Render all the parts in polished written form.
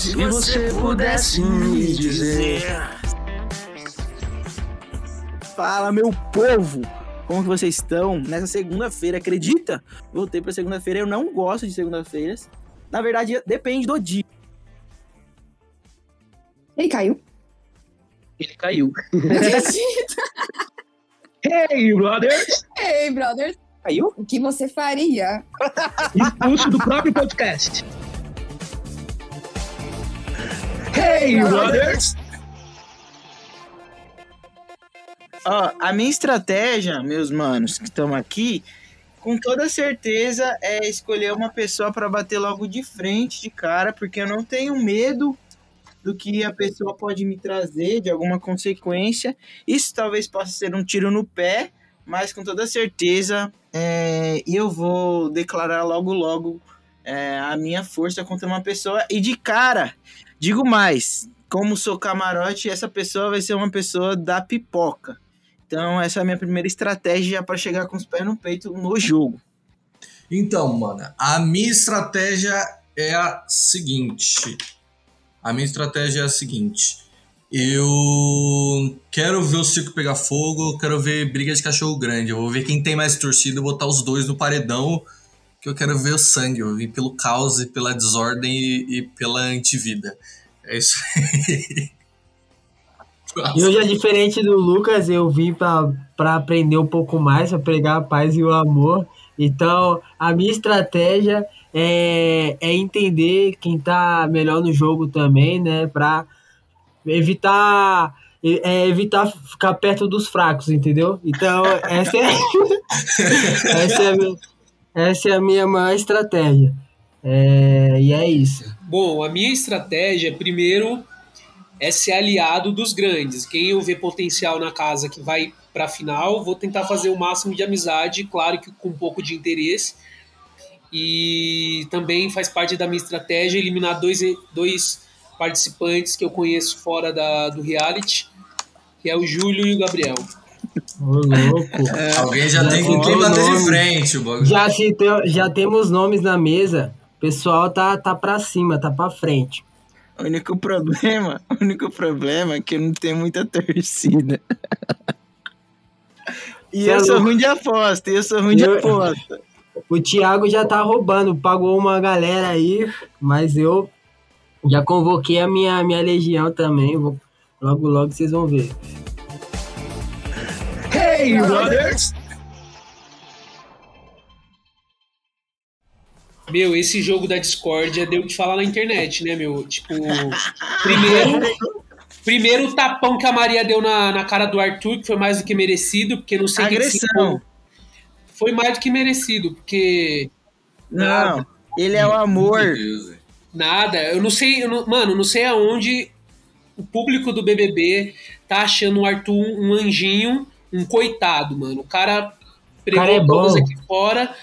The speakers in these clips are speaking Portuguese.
Se você pudesse me dizer. Fala, meu povo! Como que vocês estão nessa segunda-feira? Acredita? Voltei pra segunda-feira. Eu não gosto de segunda-feiras. Na verdade, depende do dia. Ele caiu. Ele caiu. Hey, brothers! Ei, brothers. Caiu? O que você faria? Expulso do próprio podcast. Hey, brothers! Ó, a minha estratégia, meus manos que estão aqui, com toda certeza é escolher uma pessoa para bater logo de frente, de cara, porque eu não tenho medo do que a pessoa pode me trazer, de alguma consequência. Isso talvez possa ser um tiro no pé, mas com toda certeza eu vou declarar logo a minha força contra uma pessoa. E de cara, digo mais, como sou camarote, essa pessoa vai ser uma pessoa da pipoca. Então essa é a minha primeira estratégia para chegar com os pés no peito no jogo. Então, mano, a minha estratégia é a seguinte. Eu quero ver o circo pegar fogo, quero ver briga de cachorro grande. Eu vou ver quem tem mais torcida, botar os dois no paredão, que eu quero ver o sangue. Eu vim pelo caos e pela desordem e pela antivida. É isso aí. Eu já, diferente do Lucas, eu vim pra aprender um pouco mais, pra pregar a paz e o amor. Então, a minha estratégia é entender quem tá melhor no jogo também, né? Pra evitar ficar perto dos fracos, entendeu? Então, essa é a minha maior estratégia. E é isso. Bom, a minha estratégia, primeiro, é ser aliado dos grandes. Quem eu ver potencial na casa que vai para a final, vou tentar fazer o máximo de amizade, claro que com um pouco de interesse. E também faz parte da minha estratégia eliminar dois participantes que eu conheço fora do reality, que é o Júlio e o Gabriel. Ô, louco. Alguém já tem com quem bater de frente. O bagulho. Já temos nomes na mesa. O pessoal tá pra cima, tá pra frente. O único problema é que eu não tenho muita torcida. E eu sou ruim de aposta, O Thiago já tá roubando, pagou uma galera aí, mas eu já convoquei a minha legião também. Logo vocês vão ver. Hey, brothers! Meu, esse jogo da discórdia deu o que falar na internet, né, meu? Tipo, primeiro o tapão que a Maria deu na cara do Arthur, que foi mais do que merecido, porque não sei agressão. Foi mais do que merecido, porque... Não, ele é o amor. Nada, eu não sei, não sei aonde o público do BBB tá achando o Arthur um anjinho, um coitado, mano. O cara pregou todos aqui fora.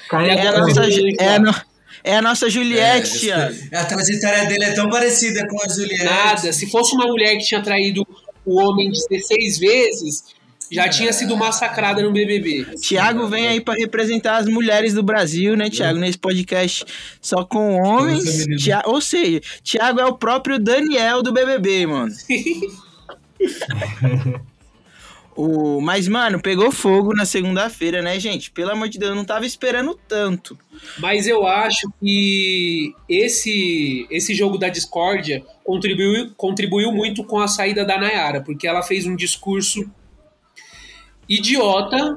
É a nossa Juliette, Thiago. A trajetória dele é tão parecida com a Juliette. Nada, se fosse uma mulher que tinha traído o homem 16 vezes, já tinha sido massacrada no BBB. Thiago vem aí pra representar as mulheres do Brasil, né, Thiago? Nesse podcast só com homens. Ou seja, Thiago é o próprio Daniel do BBB, mano. Mas, mano, pegou fogo na segunda-feira, né, gente? Pelo amor de Deus, eu não tava esperando tanto. Mas eu acho que esse jogo da discórdia contribuiu muito com a saída da Nayara, porque ela fez um discurso idiota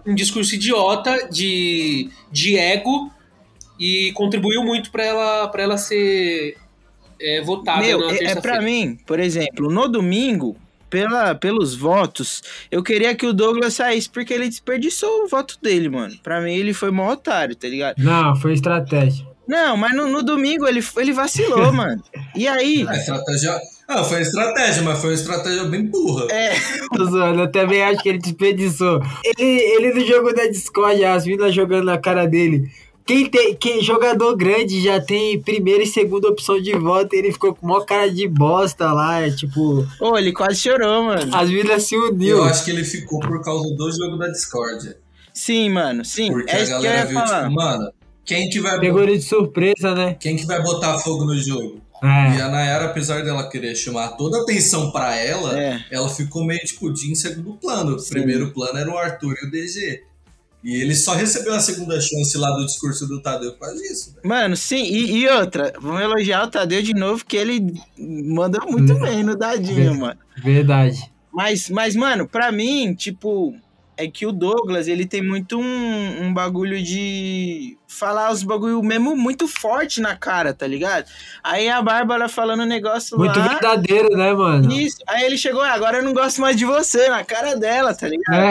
de ego, e contribuiu muito para ela ser votada na terça-feira. Pra mim, por exemplo, no domingo, pelos votos, eu queria que o Douglas saísse, porque ele desperdiçou o voto dele, mano. Pra mim, ele foi mó otário, tá ligado? Não, foi estratégia. Não, mas no domingo ele vacilou, mano. E aí... Foi estratégia, mas foi uma estratégia bem burra. Eu também acho que ele desperdiçou. Ele no jogo da Discord, as minas jogando na cara dele. Quem jogador grande já tem primeira e segunda opção de voto, e ele ficou com maior cara de bosta lá, tipo... ele quase chorou, mano. As vidas se uniu. Eu acho que ele ficou por causa do jogo da Discord. Sim, mano, sim. Porque a galera viu, tipo, mano, quem que vai... Pegou ele de surpresa, né? Quem que vai botar fogo no jogo? E É, a Nayara, apesar dela querer chamar toda a atenção pra ela, É. ela ficou meio tipo de em segundo plano. O Sim. primeiro plano era o Arthur e o DG. E ele só recebeu a segunda chance lá do discurso do Tadeu por causa disso. Né? Mano, sim, e outra, vamos elogiar o Tadeu de novo, que ele manda muito bem no dadinho, mano. verdade. Mas, mano, pra mim, tipo, é que o Douglas, ele tem muito um bagulho de falar os bagulho mesmo muito forte na cara, tá ligado? Aí a Bárbara falando um negócio Muito lá, verdadeiro, né, mano? isso, aí ele chegou, agora eu não gosto mais de você, na cara dela, tá ligado?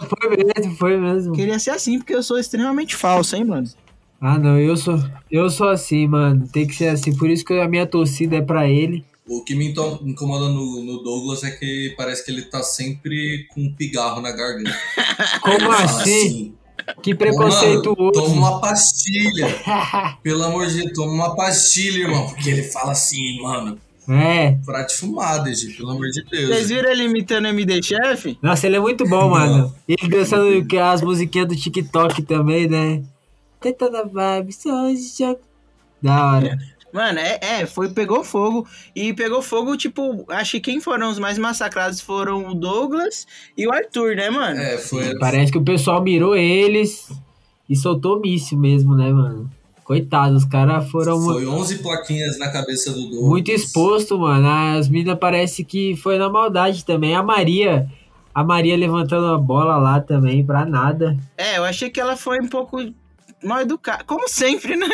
Foi mesmo. Queria ser assim, porque eu sou extremamente falso, hein, mano? Ah, não, eu sou assim, mano. Tem que ser assim. Por isso que a minha torcida é pra ele. O que me incomoda no Douglas é que parece que ele tá sempre com um pigarro na garganta. Como Ele fala assim? Que "Mano, preconceituoso. toma uma pastilha. Pelo amor de Deus, toma uma pastilha, irmão. Porque ele fala assim, mano. É. Pra te fumar, DG, pelo amor de Deus. Vocês viram ele imitando MD Chef? Nossa, ele é muito bom, mano. Ele dançando as musiquinhas do TikTok também, né? Tentando a vibe, só de jogo. Da hora. Mano, pegou fogo. E pegou fogo, tipo, acho que quem foram os mais massacrados foram o Douglas e o Arthur, né, mano? É, foi. Parece que o pessoal mirou eles e soltou míssil mesmo, né, mano? Coitado, os caras foram Foi 11 plaquinhas na cabeça do Douglas. muito expostos, mano. As minas parece que foi na maldade também. A Maria levantando a bola lá também, pra nada. Eu achei que ela foi um pouco mal educada. Como sempre, né?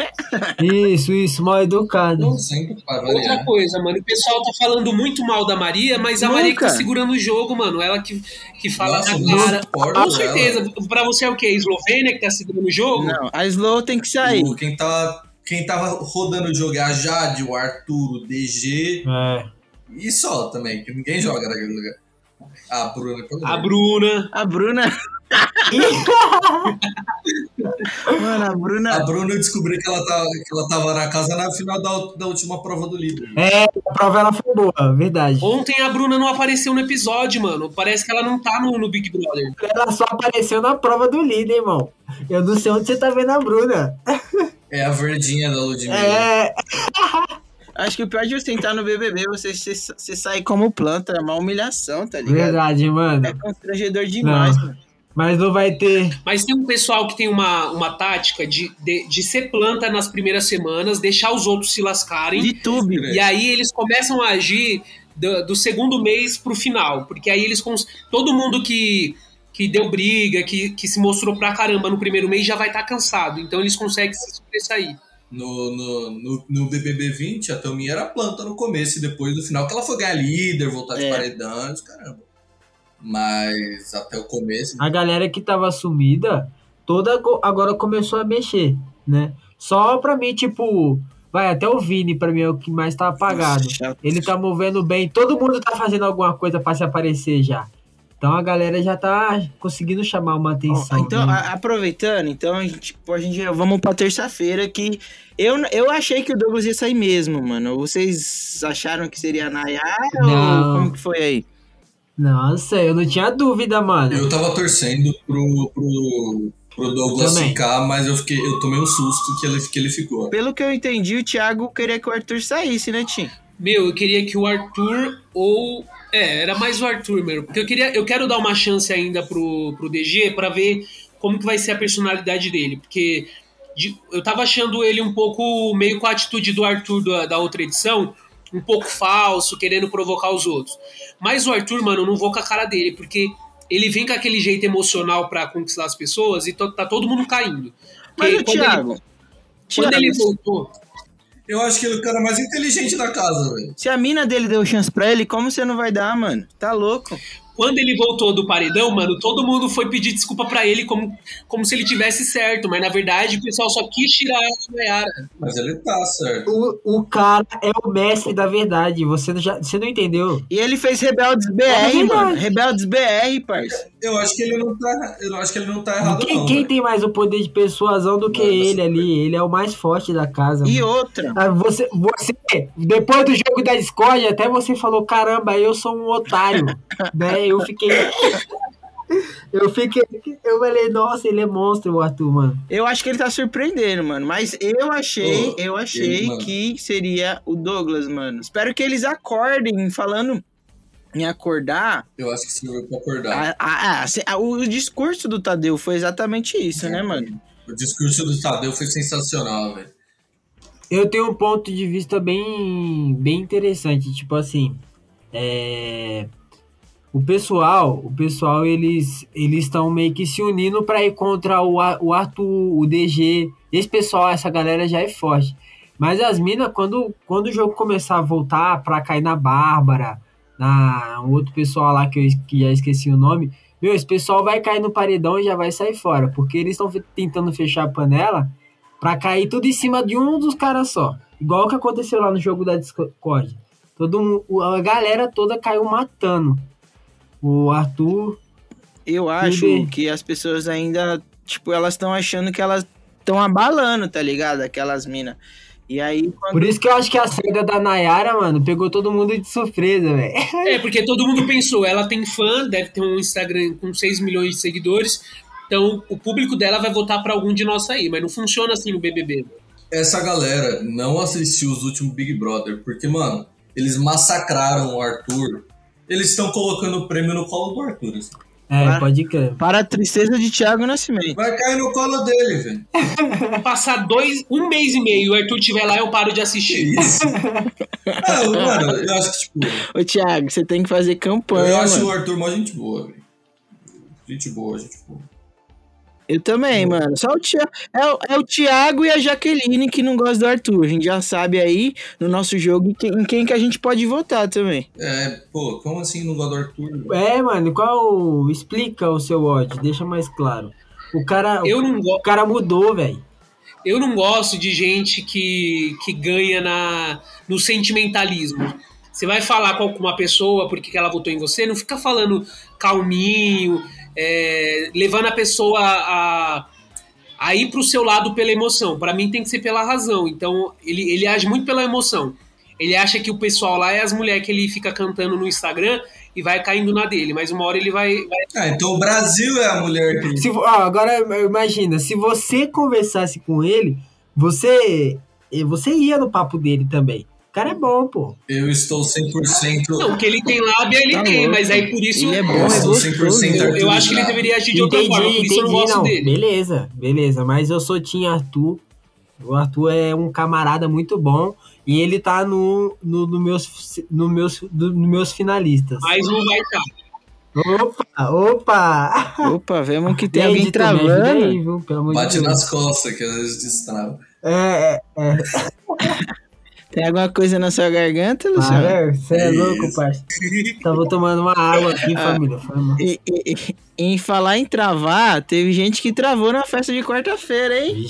Isso, mal educado. Não sempre pra Outra variar. coisa, mano, o pessoal tá falando muito mal da Maria, mas a Maria que tá Nunca. segurando o jogo, mano. Ela que fala Nossa, na eu cara. suporto Com ela. certeza. Pra você é o quê? A Eslovênia que tá segurando o jogo? Não, a Slow tem que sair. Quem tava rodando o jogo é a Jade, o Arthur, o DG É. e só também, que ninguém joga naquele lugar. A Bruna. A Bruna. A Bruna. Mano, a Bruna. A Bruna eu descobri que ela tava na casa na final da última prova do líder. É, a prova ela foi boa, verdade. Ontem a Bruna não apareceu no episódio, mano. Parece que ela não tá no Big Brother. Ela só apareceu na prova do líder, irmão. Eu não sei onde você tá vendo a Bruna. É a verdinha da Ludmilla. É, Acho que o pior de você entrar no BBB, você sair como planta, é uma humilhação, tá ligado? verdade, mano. É constrangedor demais, Não. mano. Mas não vai ter. Mas tem um pessoal que tem uma tática de ser planta nas primeiras semanas, deixar os outros se lascarem. De tube. E aí eles começam a agir do segundo mês pro final. Porque aí eles todo mundo que deu briga, que se mostrou pra caramba no primeiro mês já vai estar cansado. Então eles conseguem se sobressair. No BBB 20, a Thelminha era planta no começo e depois do final, que ela foi ganhar líder, voltar de paredão, caramba. Mas até o começo. A galera que tava sumida, toda agora começou a mexer, né? Só pra mim, tipo, vai, até o Vini pra mim é o que mais tá apagado. Nossa, chato. Ele tá movendo bem, todo mundo tá fazendo alguma coisa pra se aparecer já. Então a galera já tá conseguindo chamar uma atenção. Então, né? aproveitando, então, a gente vamos pra terça-feira, que eu achei que o Douglas ia sair mesmo, mano. Vocês acharam que seria a Nayara Não. ou como que foi aí? Nossa, eu não tinha dúvida, mano. Eu tava torcendo pro Douglas Também. ficar, mas eu tomei um susto que ele ficou. Pelo que eu entendi, o Thiago queria que o Arthur saísse, né, Tim? Meu, eu queria que o Arthur ou... era mais o Arthur mesmo. Porque eu quero dar uma chance ainda pro DG pra ver como que vai ser a personalidade dele. Porque eu tava achando ele um pouco, meio com a atitude do Arthur da outra edição, um pouco falso, querendo provocar os outros. Mas o Arthur, mano, eu não vou com a cara dele, porque ele vem com aquele jeito emocional pra conquistar as pessoas e tá todo mundo caindo. Mas Porque o Thiago... quando ele voltou... Eu acho que ele é o cara mais inteligente da casa, velho. Se a mina dele deu chance pra ele, como você não vai dar, mano? Tá louco. Quando ele voltou do paredão, mano, todo mundo foi pedir desculpa pra ele como se ele tivesse certo. Mas, na verdade, o pessoal só quis tirar a Nayara. Mas ele tá certo. O cara é o mestre da verdade. Você não entendeu. E ele fez Rebeldes BR, verdade. mano. Rebeldes BR, parça. Eu acho que ele não tá errado, não. Quem velho. tem mais o poder de persuasão do que Mano, ele ali? Ele é o mais forte da casa. E mano. outra. Ah, Você, depois do jogo da Discord, até você falou, caramba, eu sou um otário. Né? Eu fiquei. Eu falei, nossa, ele é monstro, o Arthur, mano. Eu acho que ele tá surpreendendo, mano. Mas eu achei mano. que seria o Douglas, mano. Espero que eles acordem falando em acordar. Eu acho que serviu pra acordar. O discurso do Tadeu foi exatamente isso, né, mano? O discurso do Tadeu foi sensacional, velho. Eu tenho um ponto de vista bem interessante, tipo assim, o pessoal, eles estão meio que se unindo pra ir contra o Arthur, o DG, esse pessoal, essa galera já é forte. Mas as minas, quando o jogo começar a voltar pra cair na Bárbara, um outro pessoal lá que já esqueci o nome, meu, esse pessoal vai cair no paredão e já vai sair fora, porque eles estão tentando fechar a panela pra cair tudo em cima de um dos caras só. Igual o que aconteceu lá no jogo da Discord. A galera toda caiu matando. O Arthur... Eu acho que as pessoas ainda, tipo, elas estão achando que elas estão abalando, tá ligado? Aquelas minas. E aí, Por isso que eu acho que a saída da Nayara, mano, pegou todo mundo de surpresa, velho. Porque todo mundo pensou, ela tem fã, deve ter um Instagram com 6 milhões de seguidores, então o público dela vai votar pra algum de nós sair, mas não funciona assim no BBB. Essa galera não assistiu os últimos Big Brother, porque, mano, eles massacraram o Arthur. Eles estão colocando o prêmio no colo do Arthur. Assim. Pode crer. Para a tristeza de Thiago Nascimento. Vai cair no colo dele, velho. Passar um mês e meio e o Arthur estiver lá, eu paro de assistir. Isso. Mano, eu acho que, tipo... Ô, Thiago, você tem que fazer campanha, Eu acho mano. o Arthur mó gente boa, velho. Gente boa. Eu também, mano. Só o Thiago. É o Thiago e a Jaqueline que não gostam do Arthur. A gente já sabe aí, no nosso jogo, em quem que a gente pode votar também. Como assim não gosta do Arthur? Mano, explica o seu ódio, deixa mais claro. O cara mudou, velho. Eu não gosto de gente que ganha no sentimentalismo. Você vai falar com uma pessoa porque ela votou em você, não fica falando calminho, levando a pessoa a ir pro seu lado pela emoção. Pra mim tem que ser pela razão. Então ele age muito pela emoção. Ele acha que o pessoal lá é as mulheres que ele fica cantando no Instagram e vai caindo na dele, mas uma hora ele vai... Então o Brasil é a mulher que... Agora imagina, se você conversasse com ele, você ia no papo dele também. O cara é bom, pô. Eu estou 100%... Não, o que ele tem lábia, ele tem, mas aí por isso... Ele é bom, eu estou 100% eu acho que ele deveria agir de outra forma, por isso eu não gosto dele. Beleza, mas eu sou Team Arthur. O Arthur é um camarada muito bom e ele tá nos meus finalistas. Mas não vai estar. Opa, vemos que tem alguém travando. Aí, viu? Pelo amor Bate de Deus. nas costas, que às vezes destrava. Tem alguma coisa na sua garganta, Luciano? Você é louco, parceiro. Tava tomando uma água aqui, família. Em falar em travar, teve gente que travou na festa de quarta-feira, hein?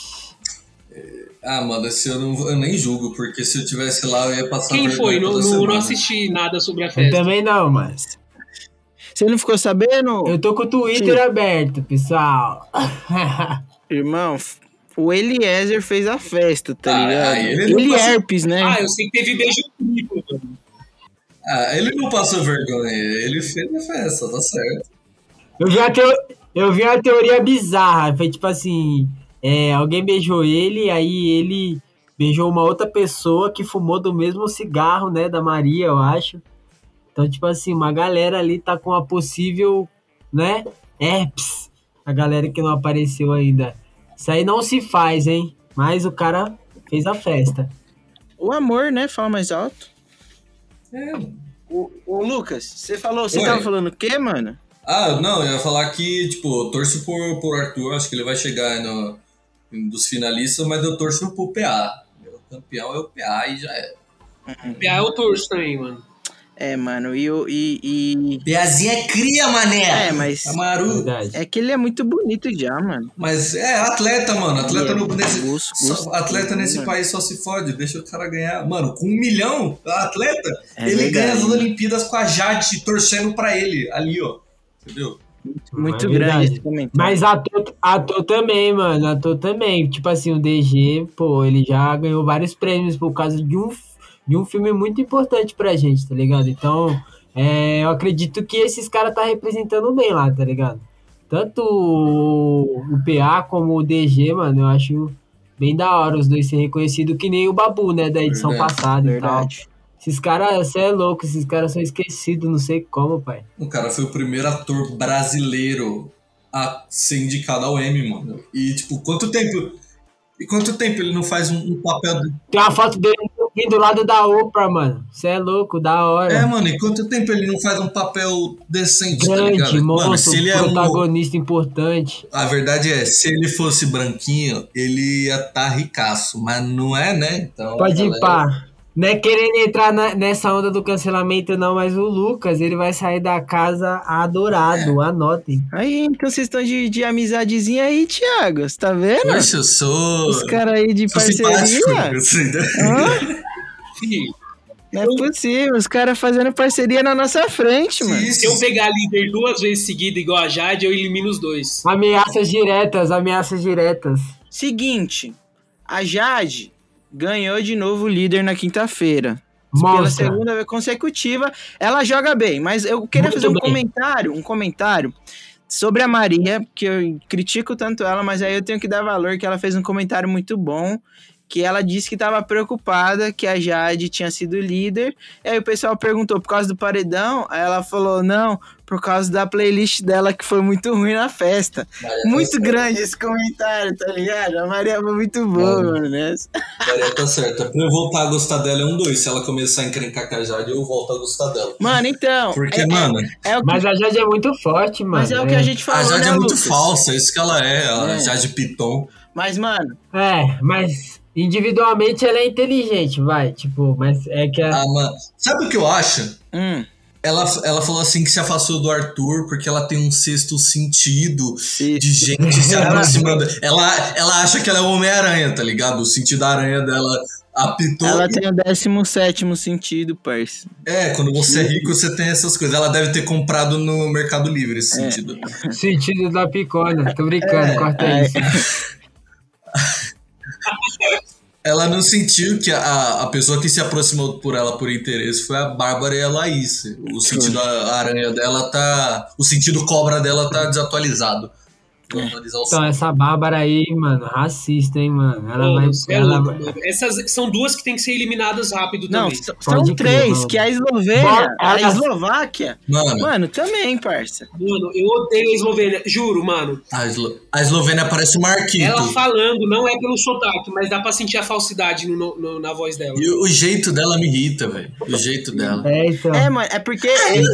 Mano, esse eu nem julgo, porque se eu tivesse lá eu ia passar... Quem foi? toda Não semana. assisti nada sobre a Eu festa. também não, mas... Você não ficou sabendo? Eu tô com o Twitter aberto, pessoal. Irmão, o Eliezer fez a festa, tá ligado? ele não Ele passou- herpes, né? Eu sei que teve beijo triplo, mano. Ele não passou vergonha, ele fez a festa, tá certo. Eu vi uma teoria bizarra. Foi tipo assim: alguém beijou ele, aí ele beijou uma outra pessoa que fumou do mesmo cigarro, né? Da Maria, eu acho. Então, tipo assim, uma galera ali tá com a possível, né? Herpes. A galera que não apareceu ainda. Isso aí não se faz, hein? Mas o cara fez a festa. O amor, né? Fala mais alto. É. Ô Lucas, você Oi. tava falando o quê, mano? Não, eu ia falar que, tipo, eu torço por Arthur, acho que ele vai chegar dos finalistas, mas eu torço pro PA. Meu campeão é o PA e já é. PA eu torço também, mano. Mano, PAzinho é cria, mané! mas... Amaru. Verdade. É que ele é muito bonito já, mano. Mas atleta, mano. Atleta, Gosto atleta nesse mano. país só se fode, deixa o cara ganhar. Mano, com 1 milhão, atleta, ele verdade, ganha as mano. Olimpíadas com a Jade torcendo pra ele, ali, ó. Entendeu? Muito É grande verdade. esse comentário. Mas ator também, mano. Ator também. Tipo assim, o DG, pô, ele já ganhou vários prêmios por causa de um filme muito importante pra gente, tá ligado? Então, eu acredito que esses caras tá representando bem lá, tá ligado? tanto o PA como o DG, mano, eu acho bem da hora os dois serem reconhecidos, que nem o Babu, né, da edição Verdade, passada e tal. Verdade. Esses caras, você é louco, esses caras são esquecidos, não sei como, pai. O cara foi o primeiro ator brasileiro a ser indicado ao Emmy, mano. E, tipo, quanto tempo ele não faz um papel... Tem uma foto dele vindo do lado da Oprah, mano. Você é louco, da hora. É, mano, e quanto tempo ele não faz um papel decente, tá Grande, ligado? Mano, monstro, se ele é protagonista importante. A verdade é, se ele fosse branquinho, ele ia estar ricaço, mas não é, né? Então, Pode ir, galera, pá. Não é querendo entrar nessa onda do cancelamento, não, mas o Lucas, ele vai sair da casa adorado, anotem. Aí, então vocês estão de amizadezinha aí, Thiago. Você tá vendo? Poxa, eu sou... Os caras aí de sou simpático. parceria. Assim, né? Hã? Filho, Não é possível. Os caras fazendo parceria na nossa frente, mano. se eu pegar líder 2 vezes seguida igual a Jade, eu elimino os dois. Ameaças diretas. Seguinte, a Jade ganhou de novo o líder na quinta-feira. Pela Mostra. segunda vez consecutiva, ela joga bem. Mas eu queria Muito fazer bem. um comentário sobre a Maria, que eu critico tanto ela, mas aí eu tenho que dar valor que ela fez um comentário muito bom, que ela disse que estava preocupada que a Jade tinha sido líder. E aí o pessoal perguntou por causa do paredão, aí ela falou não, por causa da playlist dela que foi muito ruim na festa. Muito grande esse comentário, tá ligado? A Maria foi muito boa, mano, nessa. Maria tá certa. Pra eu voltar a gostar dela é 2. Se ela começar a encrencar com a Jade, eu volto a gostar dela. Mano, então. Porque, mano, é o que, Mas a Jade é muito forte, mano. mas é o que a gente falou, a Jade né, é muito Lucas? falsa, é isso que ela é. A É. Jade Piton. Mas, mano, Mas individualmente ela é inteligente, vai. Tipo, mas é que a... Ah, mano, sabe o que eu acho? hum, Ela falou assim que se afastou do Arthur porque ela tem um sexto sentido se- de gente se aproximando. Ela acha que ela é o Homem-Aranha, tá ligado? O sentido da aranha dela apitou. ela tem o 17º sentido, parça. Quando você é rico, você tem essas coisas. Ela deve ter comprado no Mercado Livre esse sentido. sentido da picona. Tô brincando, corta é. isso. Ela não sentiu que a pessoa que se aproximou por ela por interesse foi a Bárbara e a Laís. O sentido aranha dela tá... O sentido cobra dela tá desatualizado. Vou atualizar o Então, essa Bárbara aí, mano, racista, hein, mano. Ela Mano, vai. cê é Ela louco, mano. Essas são duas que tem que ser eliminadas rápido Não, também. são Pode crer, 3, mano. que é a Eslovênia, Bora, a ela- Eslováquia. Mano, Mano, também, parça. Mano, eu odeio a Eslovênia. Juro, mano. a Eslovênia parece o Marquito. Ela falando, não é pelo sotaque, mas dá pra sentir a falsidade na voz dela. E o jeito dela me irrita, velho. O jeito dela. Então. É, mano, é porque...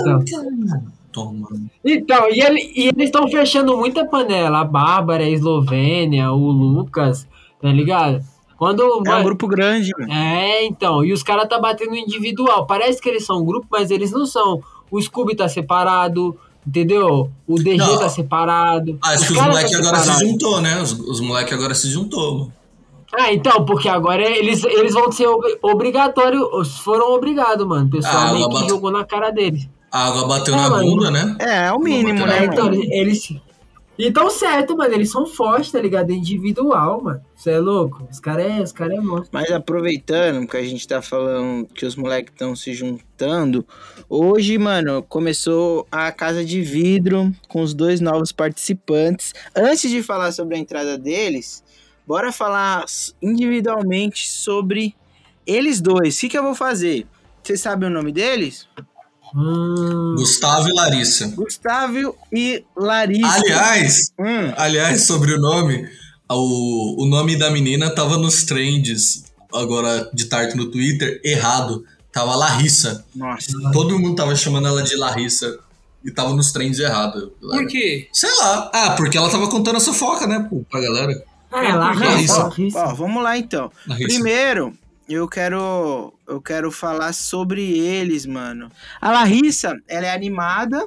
Toma. Então, e eles estão fechando muita panela. A Bárbara, a Eslovênia, o Lucas, tá ligado? Quando. É um mano, grupo grande, mano. então. E os caras tá batendo individual. Parece que eles são um grupo, mas eles não são. O Scooby tá separado, entendeu? O DG Não. tá separado. Acho que os caras moleques tá agora se separado. juntou, né? Os moleques agora se juntou, mano. Então, porque agora eles vão ser obrigatórios. Foram obrigados, mano. O pessoal meio que jogou na cara deles. A água bateu na mano. bunda, né? É o mínimo, Vamos né, bater Então, mano? eles. Então, certo, mano. Eles são fortes, tá ligado? É individual, mano. Você é louco? Os caras é monstro. Mas aproveitando que a gente tá falando que os moleques estão se juntando, hoje, mano, começou a Casa de Vidro com os 2 novos participantes. Antes de falar sobre a entrada deles, bora falar individualmente sobre eles dois. O que eu vou fazer? Vocês sabem o nome deles? Gustavo e Larissa. Gustavo e Larissa. Aliás, sobre o nome, o nome da menina tava nos trends agora de tarde no Twitter, errado. Tava Larissa. Nossa. Todo mundo tava chamando ela de Larissa e tava nos trends errado. Por quê? Sei lá. Porque ela tava contando a fofoca, né, pra galera. Larissa. Ó, vamos lá então. Larissa. Primeiro, eu quero falar sobre eles, mano. A Larissa, ela é animada.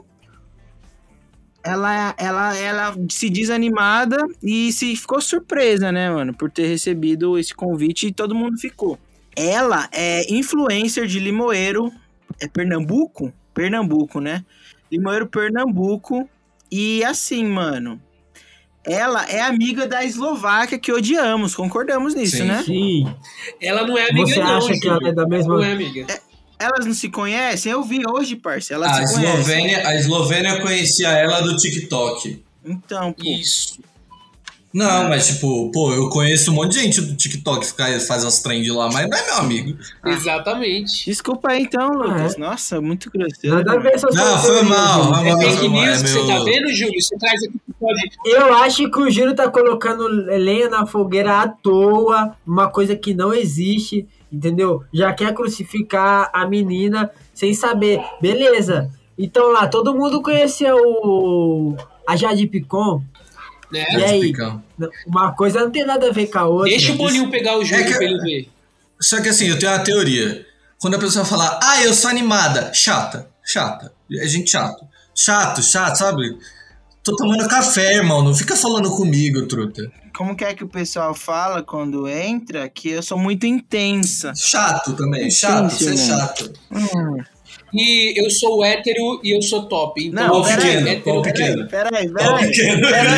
Ela se diz animada e ficou surpresa, né, mano, por ter recebido esse convite e todo mundo ficou. Ela é influencer de Limoeiro, é Pernambuco? Pernambuco, né? Limoeiro, Pernambuco. E assim, mano, ela é amiga da Eslováquia que odiamos, concordamos nisso, Sim. né? Sim. Ela não é amiga, Você não. acha que ela é da mesma. Não é amiga. Elas não se conhecem? Eu vi hoje, parça. Elas A se conhecem. Eslovênia conhecia ela do TikTok. Então, pô. Isso. Não, mas tipo, pô, eu conheço um monte de gente do TikTok que faz as trends lá, mas não é meu amigo. Exatamente. Desculpa aí então, Lucas. Nossa, muito grosseiro. Nada a ver essas Não, coisas foi aí, mal, Júlio. foi É mal, fake foi mal. news É que você tá meu... vendo, Júlio? Você traz aqui que pode. Eu acho que o Júlio tá colocando lenha na fogueira à toa, uma coisa que não existe, entendeu? Já quer crucificar a menina sem saber. Beleza. Então lá, todo mundo conhecia a Jade Picon. Né? E aí? Explicando. Uma coisa não tem nada a ver com a outra. Deixa o Boninho pegar o Júlio É que- pra ele ver. Só que assim, eu tenho uma teoria. Quando a pessoa fala, eu sou animada, chata. É gente chato, sabe? Tô tomando café, irmão, não fica falando comigo, truta. Como que é que o pessoal fala quando entra? Que eu sou muito intensa. Chato também, chato, você é Intenso, chato. E eu sou hétero e eu sou top. Então, Não, Pau peraí, pequeno, hétero, pau pequeno. Peraí. Pau pequeno.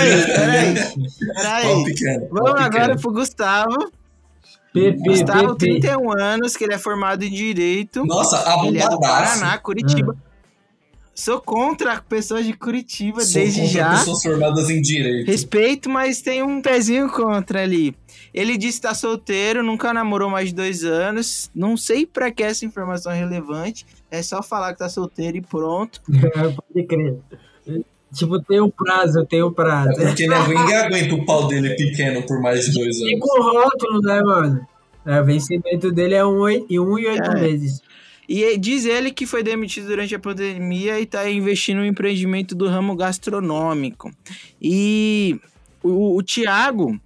Pau pequeno. Vamos pau agora pequeno. pro Gustavo. PP, Gustavo, PP. 31 anos, que ele é formado em Direito. Nossa, Ele é do arrombadaço. Paraná, Curitiba. Sou contra pessoas de Curitiba Sou desde contra já. pessoas formadas em direito. Respeito, mas tem um pezinho contra ali. Ele disse que tá solteiro, nunca namorou mais de 2 anos. Não sei pra que essa informação é relevante. É só falar que tá solteiro e pronto. Pode crer. Tipo, tem um prazo. Porque ninguém aguenta o pau dele pequeno por mais de 2 E anos. com rótulo, né, mano? O vencimento dele é 1 e 8 meses. E diz ele que foi demitido durante a pandemia e tá investindo no empreendimento do ramo gastronômico. E o Thiago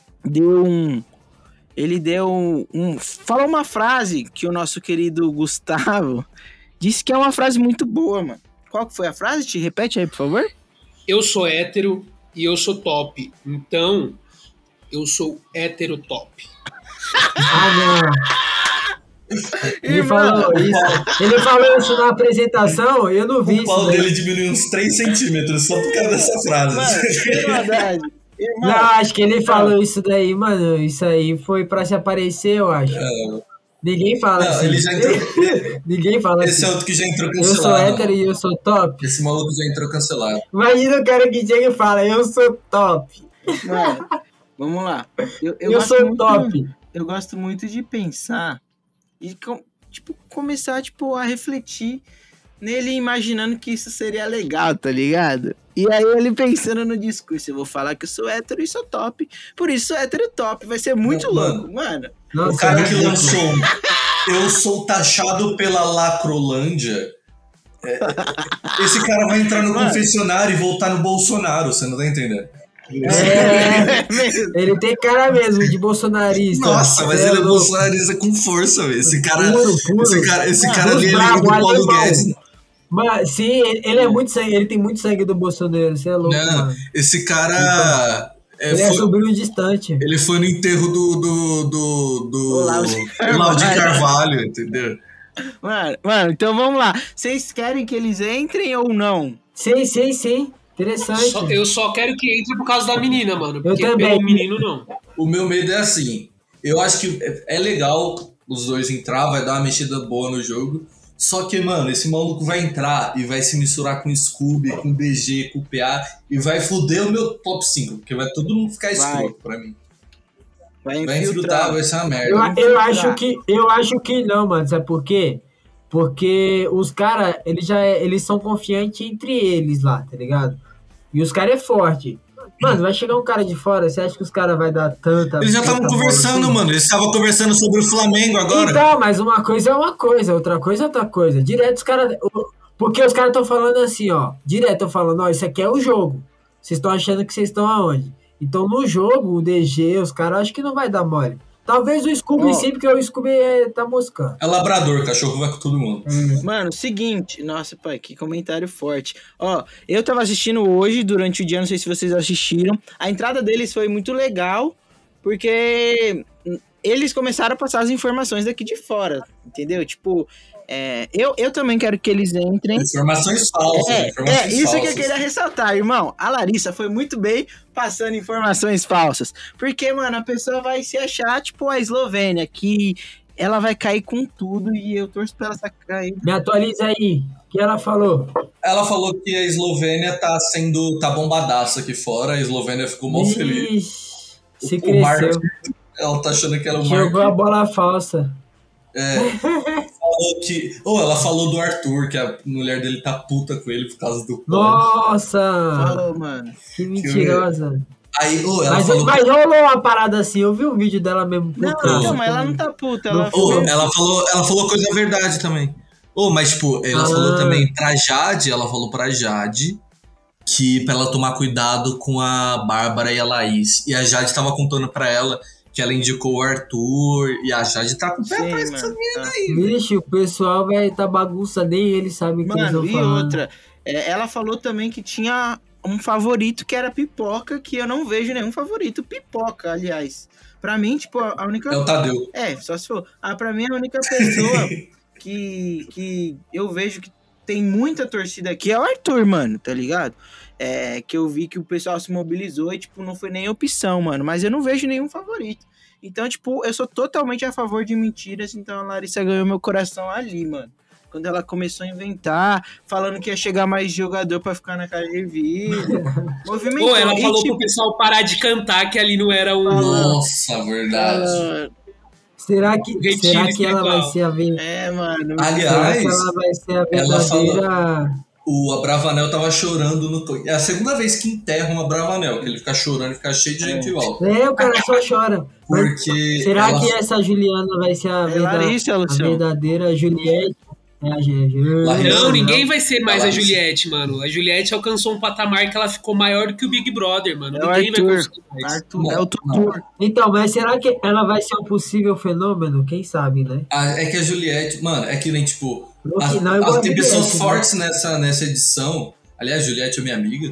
falou uma frase que o nosso querido Gustavo disse que é uma frase muito boa, mano. Qual que foi a frase? Te repete aí, por favor. Eu sou hétero e eu sou top. Então, eu sou hétero top. Não. Ele falou isso na apresentação, eu não vi O isso. pau daí. dele diminuiu uns 3 centímetros só por causa dessa frase. Mano, que maldade. Irmão, Não, acho que ele falou isso daí, mano. Isso aí foi pra se aparecer, eu acho. Ninguém fala Não, assim. ele já entrou. Ninguém fala Esse é assim. outro que já entrou Eu cancelado. sou hétero e eu sou top. Esse maluco já entrou cancelado. Imagina o cara que chega e fala, eu sou top. mano, vamos lá. Eu gosto sou muito- top. Eu gosto muito de pensar e começar a refletir nele, imaginando que isso seria legal, tá ligado? E aí ele pensando no discurso, eu vou falar que eu sou hétero e sou top, por isso sou hétero top, vai ser muito Não, louco, mano. Nossa, O cara é que louco. lançou Eu Sou Taxado pela Lacrolândia. Esse cara vai entrar no Mano. confessionário e voltar no Bolsonaro, você não tá entendendo? Ele tem cara mesmo de bolsonarista. Nossa, mas Cê ele é louco. bolsonarista com força, velho. Esse cara, Puro. esse cara Dos ali é bravos, amigo do Paulo alemão. Guedes. Mas, sim, ele é muito sangue, ele tem muito sangue do Bolsonaro, você é louco, Não, mano. esse cara Ele é sobrinho distante. ele foi no enterro do Olavo de Olavo de Carvalho, entendeu? Mano, então vamos lá. Vocês querem que eles entrem ou não? Sim. Interessante. Eu só quero que entre por causa da menina, mano. Porque também. pelo menino, não. O meu medo é assim, eu acho que é legal os dois entrar, vai dar uma mexida boa no jogo, só que, mano, esse maluco vai entrar e vai se misturar com o Scooby, com o BG, com o PA, e vai foder o meu top 5, porque vai todo mundo ficar escroto pra mim. Vai Vai infiltrar, infiltrar. vai ser uma merda. Eu acho que não, mano. Sabe por quê? Porque os caras, eles são confiantes entre eles lá, tá ligado? E os caras é forte. Mano, vai chegar um cara de fora, você acha que os caras vai dar tanta... Eles já estavam tanta bola conversando, assim? mano, eles estavam conversando sobre o Flamengo agora. Então, mas uma coisa é uma coisa, outra coisa é outra coisa. Direto os caras... Porque os caras estão falando assim, ó. Direto estão falando, ó, isso aqui é o jogo. Vocês estão achando que vocês estão aonde? Então, no jogo, o DG, os caras, acho que não vai dar mole. Talvez o Scooby sim, porque o Scooby tá moscando. É labrador, cachorro vai com todo mundo. Mano, seguinte, nossa, pai, que comentário forte. Ó, eu tava assistindo hoje, durante o dia, não sei se vocês assistiram. A entrada deles foi muito legal, porque eles começaram a passar as informações daqui de fora, entendeu? Tipo, eu também quero que eles entrem. Informações falsas. Informações Isso falsas. que eu queria ressaltar, irmão. A Larissa foi muito bem passando informações falsas. Porque, mano, a pessoa vai se achar, tipo, a Eslovênia, que ela vai cair com tudo e eu torço pra ela cair. Me atualiza aí. O que ela falou? ela falou que a Eslovênia tá bombadaça aqui fora, a Eslovênia ficou mó feliz. Ixi, se O Marcos, cresceu. ela tá achando que era o Jogou Marcos. a bola falsa. Ela falou do Arthur, que a mulher dele tá puta com ele por causa do pão. Nossa! Falou, mano. Que mentirosa. Aí, ela Mas falou rolou uma parada assim, eu vi o vídeo dela mesmo. Não, putando então, mas ela também. não tá puta. Não Ela foi. ela falou coisa da verdade também. Mas, tipo, ela falou também pra Jade, que pra ela tomar cuidado com a Bárbara e a Laís. E a Jade tava contando pra ela que ela indicou o Arthur, e a Jade tá com o pé Sim, atrás dessa mano, menina tá. aí. Vixe, o pessoal vai tá bagunça, nem eles sabem o que eles Mano, vão e falar. outra, ela falou também que tinha um favorito que era Pipoca, que eu não vejo nenhum favorito. Pipoca, aliás. Pra mim, tipo, a única... É o Tadeu. Só se for. Pra mim, a única pessoa que eu vejo que tem muita torcida aqui é o Arthur, mano, tá ligado? Que eu vi que o pessoal se mobilizou e, tipo, não foi nem opção, mano. Mas eu não vejo nenhum favorito. Então, tipo, eu sou totalmente a favor de mentiras. Então a Larissa ganhou meu coração ali, mano. Quando ela começou a inventar, falando que ia chegar mais jogador pra ficar na casa de vidro. Movimentou. Ela E, falou tipo, pro pessoal parar de cantar, que ali não era um... Nossa, verdade. Será que ela vai ser a mano. Aliás, será que ela vai ser a ela verdadeira... O Abravanel tava chorando É a segunda vez que enterram o Abravanel, que ele fica chorando e fica cheio de gente em volta. O cara só chora. Porque Será que essa Juliana vai ser a verdadeira Juliette? Não, ninguém vai ser mais a Juliette, mano. A Juliette alcançou um patamar que ela ficou maior do que o Big Brother, mano. Ninguém vai conseguir mais. Arthur, é o Tutur. Então, mas será que ela vai ser um possível fenômeno? Quem sabe, né? É que a Juliette, mano, é que nem tipo. Tem Juliette, pessoas né? fortes nessa edição. Aliás, Juliette é minha amiga.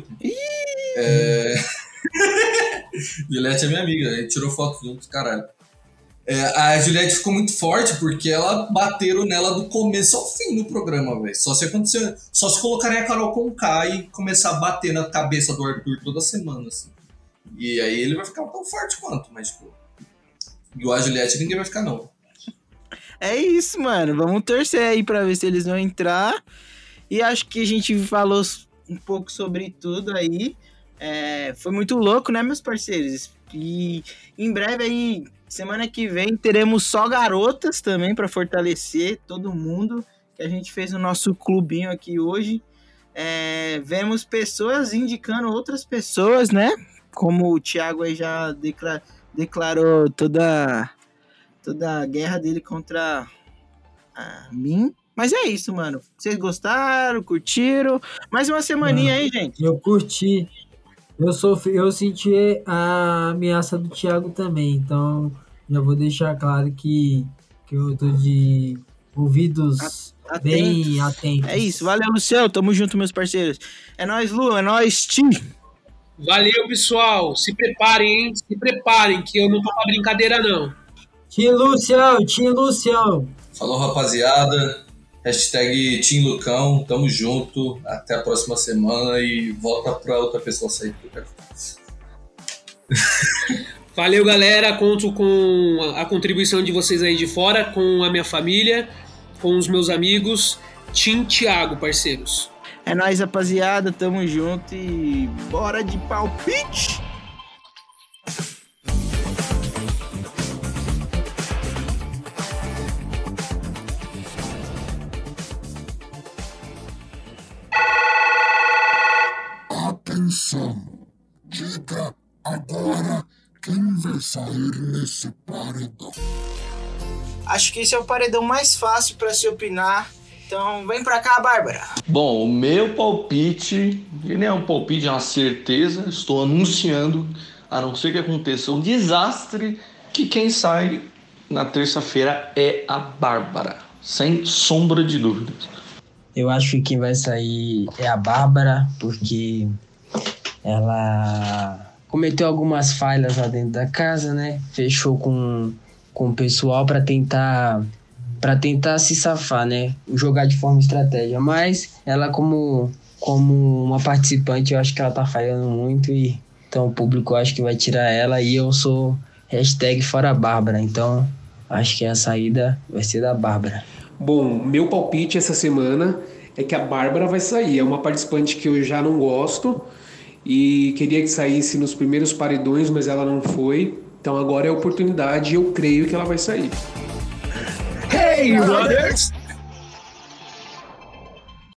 Juliette é minha amiga, a gente tirou foto juntos, caralho. A Juliette ficou muito forte porque ela bateram nela do começo ao fim do programa, velho. Só se colocarem a Carol Conká e começar a bater na cabeça do Arthur toda semana, assim. E aí ele vai ficar tão forte quanto, mas, tipo, igual a Juliette ninguém vai ficar, não. É isso, mano. Vamos torcer aí pra ver se eles vão entrar. E acho que a gente falou um pouco sobre tudo aí. Foi muito louco, né, meus parceiros? E em breve aí, semana que vem, teremos só garotas também pra fortalecer todo mundo. Que a gente fez o nosso clubinho aqui hoje. Vemos pessoas indicando outras pessoas, né? Como o Thiago aí já declarou toda a guerra dele contra mim. Mas é isso, mano. Vocês gostaram, curtiram? Mais uma semaninha aí, gente. Eu curti. Eu senti a ameaça do Thiago também. Então, já vou deixar claro que eu tô de ouvidos bem atentos. É isso. Valeu, Luciano. Tamo junto, meus parceiros. É nóis, Lu. É nóis, Tim. Valeu, pessoal. Se preparem, hein? Se preparem, que eu não tô pra brincadeira, não. Tim Lucião. Falou, rapaziada. Hashtag Tim Lucão. Tamo junto. Até a próxima semana e volta pra outra pessoa sair do que eu quero. Valeu, galera. Conto com a contribuição de vocês aí de fora, com a minha família, com os meus amigos. Tim Thiago, parceiros. É nóis, rapaziada. Tamo junto e bora de palpite. Atenção! Diga agora quem vai sair nesse paredão. Acho que esse é o paredão mais fácil pra se opinar. Então vem pra cá, Bárbara. Bom, o meu palpite, ele é um palpite, é uma certeza. Estou anunciando, a não ser que aconteça um desastre, que quem sai na terça-feira é a Bárbara. Sem sombra de dúvidas. Eu acho que quem vai sair é a Bárbara, porque ela cometeu algumas falhas lá dentro da casa, né? Fechou com o pessoal para tentar se safar, né? Jogar de forma estratégia. Mas ela, como uma participante, eu acho que ela tá falhando muito. E então o público acho que vai tirar ela. E eu sou #ForaBárbara. Então acho que a saída vai ser da Bárbara. Bom, meu palpite essa semana é que a Bárbara vai sair. É uma participante que eu já não gosto e queria que saísse nos primeiros paredões, mas ela não foi. Então agora é a oportunidade e eu creio que ela vai sair. Hey, brothers!